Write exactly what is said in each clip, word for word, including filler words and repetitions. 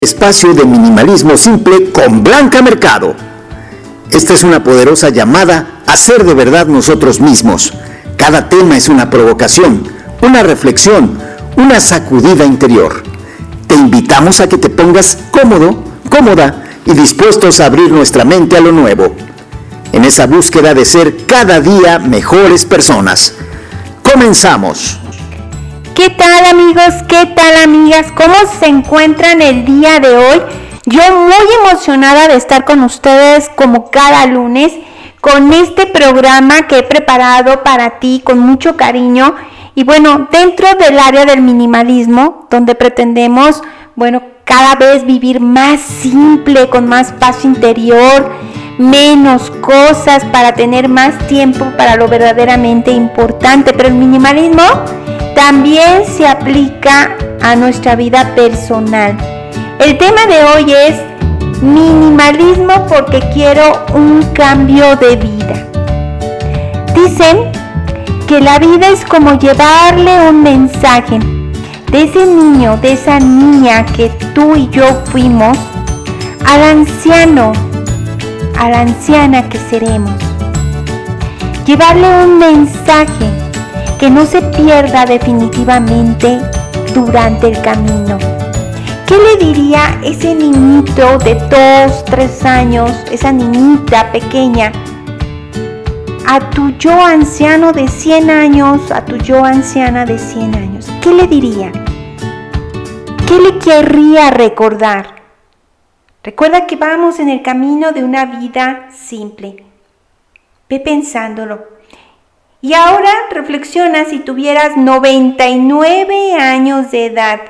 Espacio de minimalismo simple con Blanca Mercado. Esta es una poderosa llamada a ser de verdad nosotros mismos. Cada tema es una provocación, una reflexión, una sacudida interior. Te invitamos a que te pongas cómodo, cómoda y dispuestos a abrir nuestra mente a lo nuevo, en esa búsqueda de ser cada día mejores personas. Comenzamos. ¿Qué tal, amigos? ¿Qué tal, amigas? ¿Cómo se encuentran el día de hoy? Yo muy emocionada de estar con ustedes como cada lunes con este programa que he preparado para ti con mucho cariño. Y bueno, dentro del área del minimalismo, donde pretendemos, bueno, cada vez vivir más simple, con más paz interior, menos cosas para tener más tiempo para lo verdaderamente importante. Pero el minimalismo también se aplica a nuestra vida personal. El tema de hoy es minimalismo porque quiero un cambio de vida. Dicen que la vida es como llevarle un mensaje de ese niño, de esa niña que tú y yo fuimos, al anciano, a la anciana que seremos. Llevarle un mensaje que no se pierda definitivamente durante el camino. ¿Qué le diría ese niñito de dos, tres años, esa niñita pequeña, a tu yo anciano de cien años, a tu yo anciana de cien años? ¿Qué le diría? ¿Qué le querría recordar? Recuerda que vamos en el camino de una vida simple. Ve pensándolo. Y ahora reflexiona si tuvieras noventa y nueve años de edad.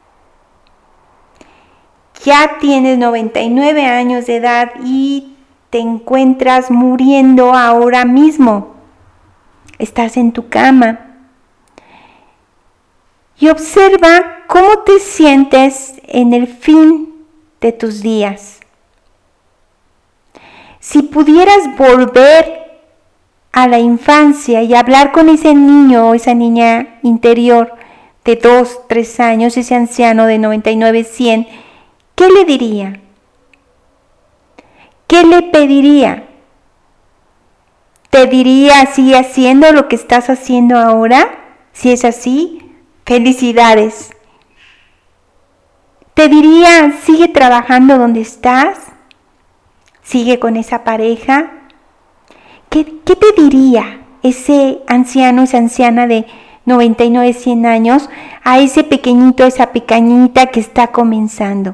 Ya tienes noventa y nueve años de edad y te encuentras muriendo ahora mismo. Estás en tu cama. Y observa cómo te sientes en el fin de tus días. Si pudieras volver a la infancia y hablar con ese niño o esa niña interior de dos, tres años, ese anciano de noventa y nueve, cien, ¿qué le diría? ¿Qué le pediría? ¿Te diría sigue haciendo lo que estás haciendo ahora? Si es así, felicidades. ¿Te diría sigue trabajando donde estás? ¿Sigue con esa pareja? ¿Qué, ¿Qué te diría ese anciano, esa anciana de noventa y nueve, cien años a ese pequeñito, esa pequeñita que está comenzando?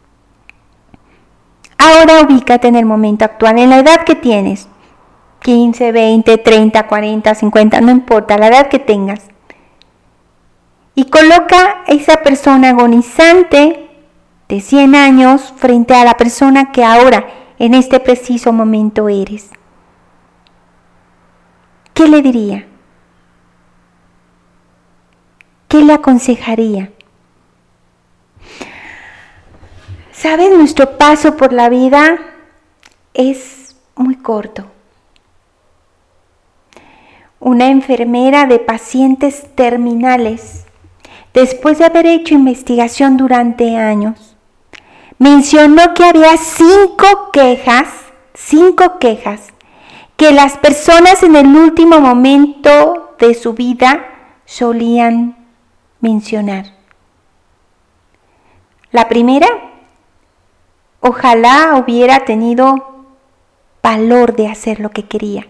Ahora ubícate en el momento actual, en la edad que tienes, quince, veinte, treinta, cuarenta, cincuenta, no importa, la edad que tengas. Y coloca a esa persona agonizante de cien años frente a la persona que ahora, en este preciso momento eres. ¿Qué le diría? ¿Qué le aconsejaría? ¿Sabes? Nuestro paso por la vida es muy corto. Una enfermera de pacientes terminales, después de haber hecho investigación durante años, mencionó que había cinco quejas, cinco quejas, que las personas en el último momento de su vida solían mencionar. La primera, ojalá hubiera tenido valor de hacer lo que quería.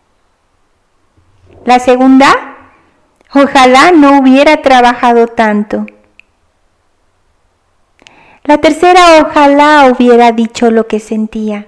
La segunda, ojalá no hubiera trabajado tanto. La tercera, ojalá hubiera dicho lo que sentía.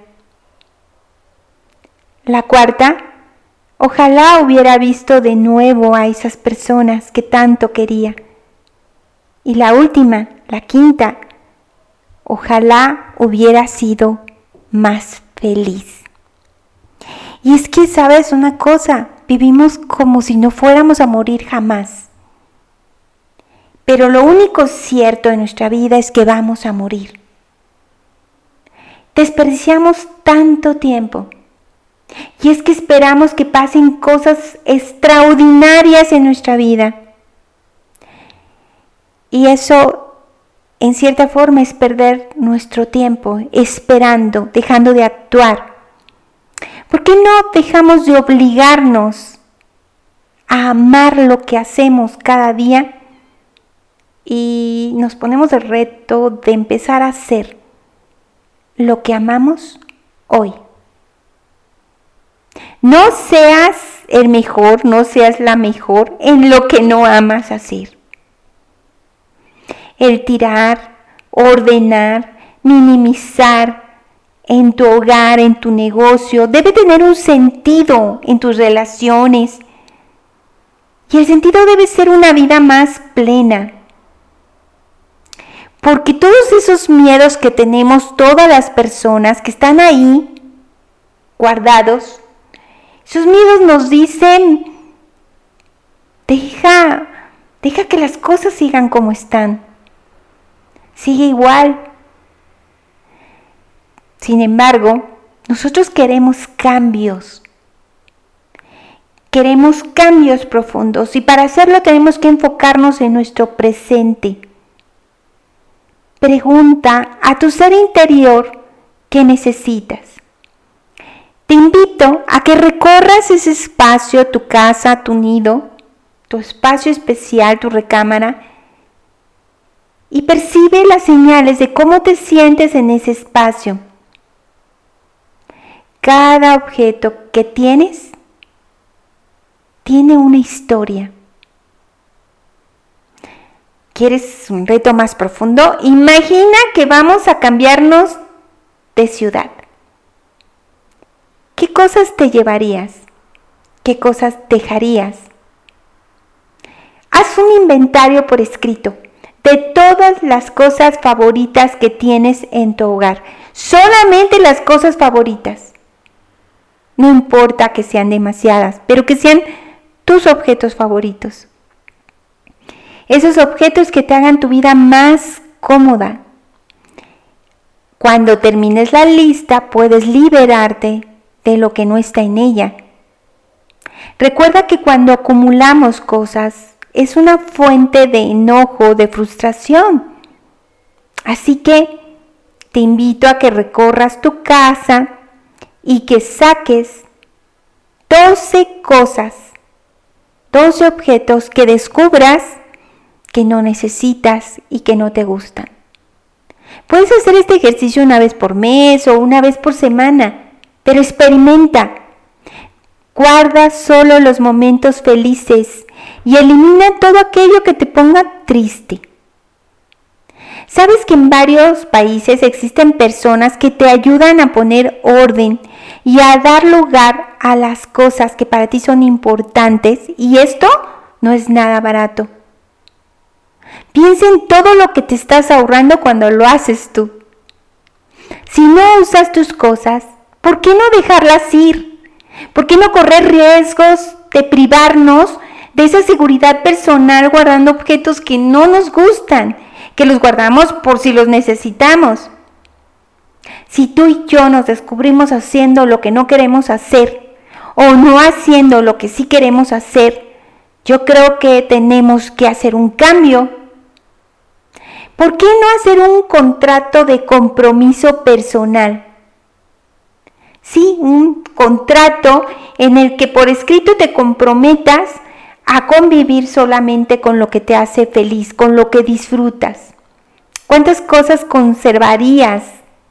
La cuarta, ojalá hubiera visto de nuevo a esas personas que tanto quería. Y la última, la quinta, ojalá hubiera sido más feliz. Y es que, ¿sabes una cosa? Vivimos como si no fuéramos a morir jamás. Pero lo único cierto en nuestra vida es que vamos a morir. Desperdiciamos tanto tiempo. Y es que esperamos que pasen cosas extraordinarias en nuestra vida. Y eso en cierta forma es perder nuestro tiempo esperando, dejando de actuar. ¿Por qué no dejamos de obligarnos a amar lo que hacemos cada día y nos ponemos el reto de empezar a hacer lo que amamos hoy? No seas el mejor, no seas la mejor en lo que no amas hacer. El tirar, ordenar, minimizar en tu hogar, en tu negocio, debe tener un sentido en tus relaciones. Y el sentido debe ser una vida más plena. Porque todos esos miedos que tenemos todas las personas que están ahí, guardados, esos miedos nos dicen, deja, deja que las cosas sigan como están. Sigue igual. Sin embargo, nosotros queremos cambios. Queremos cambios profundos y para hacerlo tenemos que enfocarnos en nuestro presente. Pregunta a tu ser interior qué necesitas. Te invito a que recorras ese espacio, tu casa, tu nido, tu espacio especial, tu recámara, y percibe las señales de cómo te sientes en ese espacio. Cada objeto que tienes tiene una historia. ¿Quieres un reto más profundo? Imagina que vamos a cambiarnos de ciudad. ¿Qué cosas te llevarías? ¿Qué cosas dejarías? Haz un inventario por escrito de todas las cosas favoritas que tienes en tu hogar. Solamente las cosas favoritas. No importa que sean demasiadas, pero que sean tus objetos favoritos. Esos objetos que te hagan tu vida más cómoda. Cuando termines la lista, puedes liberarte de lo que no está en ella. Recuerda que cuando acumulamos cosas, es una fuente de enojo, de frustración. Así que te invito a que recorras tu casa y que saques doce cosas, doce objetos que descubras que no necesitas y que no te gustan. Puedes hacer este ejercicio una vez por mes o una vez por semana, pero experimenta. Guarda solo los momentos felices y elimina todo aquello que te ponga triste. ¿Sabes que en varios países existen personas que te ayudan a poner orden y a dar lugar a las cosas que para ti son importantes? Y esto no es nada barato. Piensa en todo lo que te estás ahorrando cuando lo haces tú. Si no usas tus cosas, ¿por qué no dejarlas ir? ¿Por qué no correr riesgos de privarnos de esa seguridad personal guardando objetos que no nos gustan, que los guardamos por si los necesitamos? Si tú y yo nos descubrimos haciendo lo que no queremos hacer o no haciendo lo que sí queremos hacer, yo creo que tenemos que hacer un cambio. ¿Por qué no hacer un contrato de compromiso personal? Sí, un contrato en el que por escrito te comprometas a convivir solamente con lo que te hace feliz, con lo que disfrutas. ¿Cuántas cosas conservarías?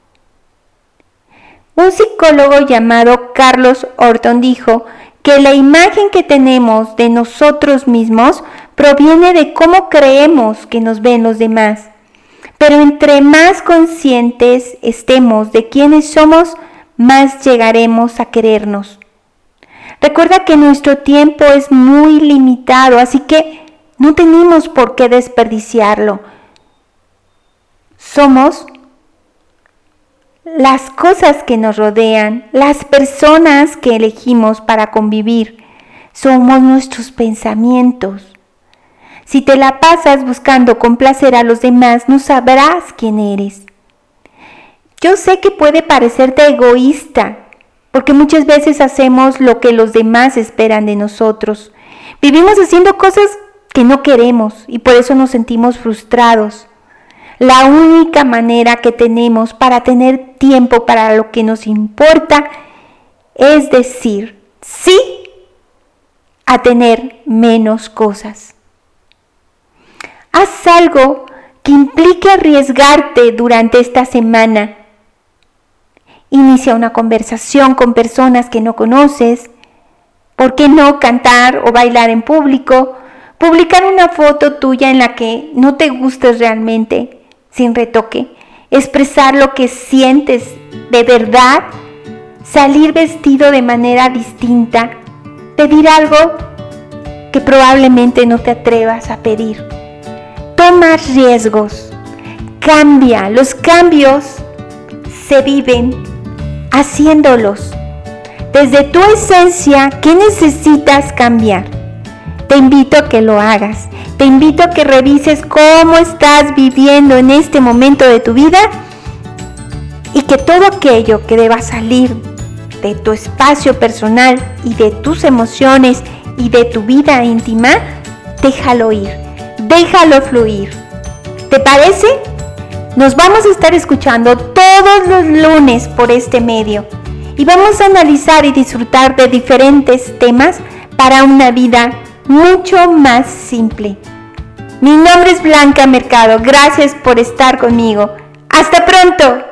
Un psicólogo llamado Carlos Orton dijo que la imagen que tenemos de nosotros mismos proviene de cómo creemos que nos ven los demás. Pero entre más conscientes estemos de quiénes somos, más llegaremos a querernos. Recuerda que nuestro tiempo es muy limitado, así que no tenemos por qué desperdiciarlo. Somos las cosas que nos rodean, las personas que elegimos para convivir. Somos nuestros pensamientos. Si te la pasas buscando complacer a los demás, no sabrás quién eres. Yo sé que puede parecerte egoísta, porque muchas veces hacemos lo que los demás esperan de nosotros. Vivimos haciendo cosas que no queremos y por eso nos sentimos frustrados. La única manera que tenemos para tener tiempo para lo que nos importa es decir sí a tener menos cosas. Haz algo que implique arriesgarte durante esta semana. Inicia una conversación con personas que no conoces. ¿Por qué no cantar o bailar en público? Publicar una foto tuya en la que no te gustes realmente, sin retoque. Expresar lo que sientes de verdad. Salir vestido de manera distinta. Pedir algo que probablemente no te atrevas a pedir. Toma riesgos. Cambia. Los cambios se viven haciéndolos. Desde tu esencia, ¿qué necesitas cambiar? Te invito a que lo hagas. Te invito a que revises cómo estás viviendo en este momento de tu vida y que todo aquello que deba salir de tu espacio personal y de tus emociones y de tu vida íntima, déjalo ir, déjalo fluir. ¿Te parece? Nos vamos a estar escuchando todos los lunes por este medio y vamos a analizar y disfrutar de diferentes temas para una vida mucho más simple. Mi nombre es Blanca Mercado. Gracias por estar conmigo. ¡Hasta pronto!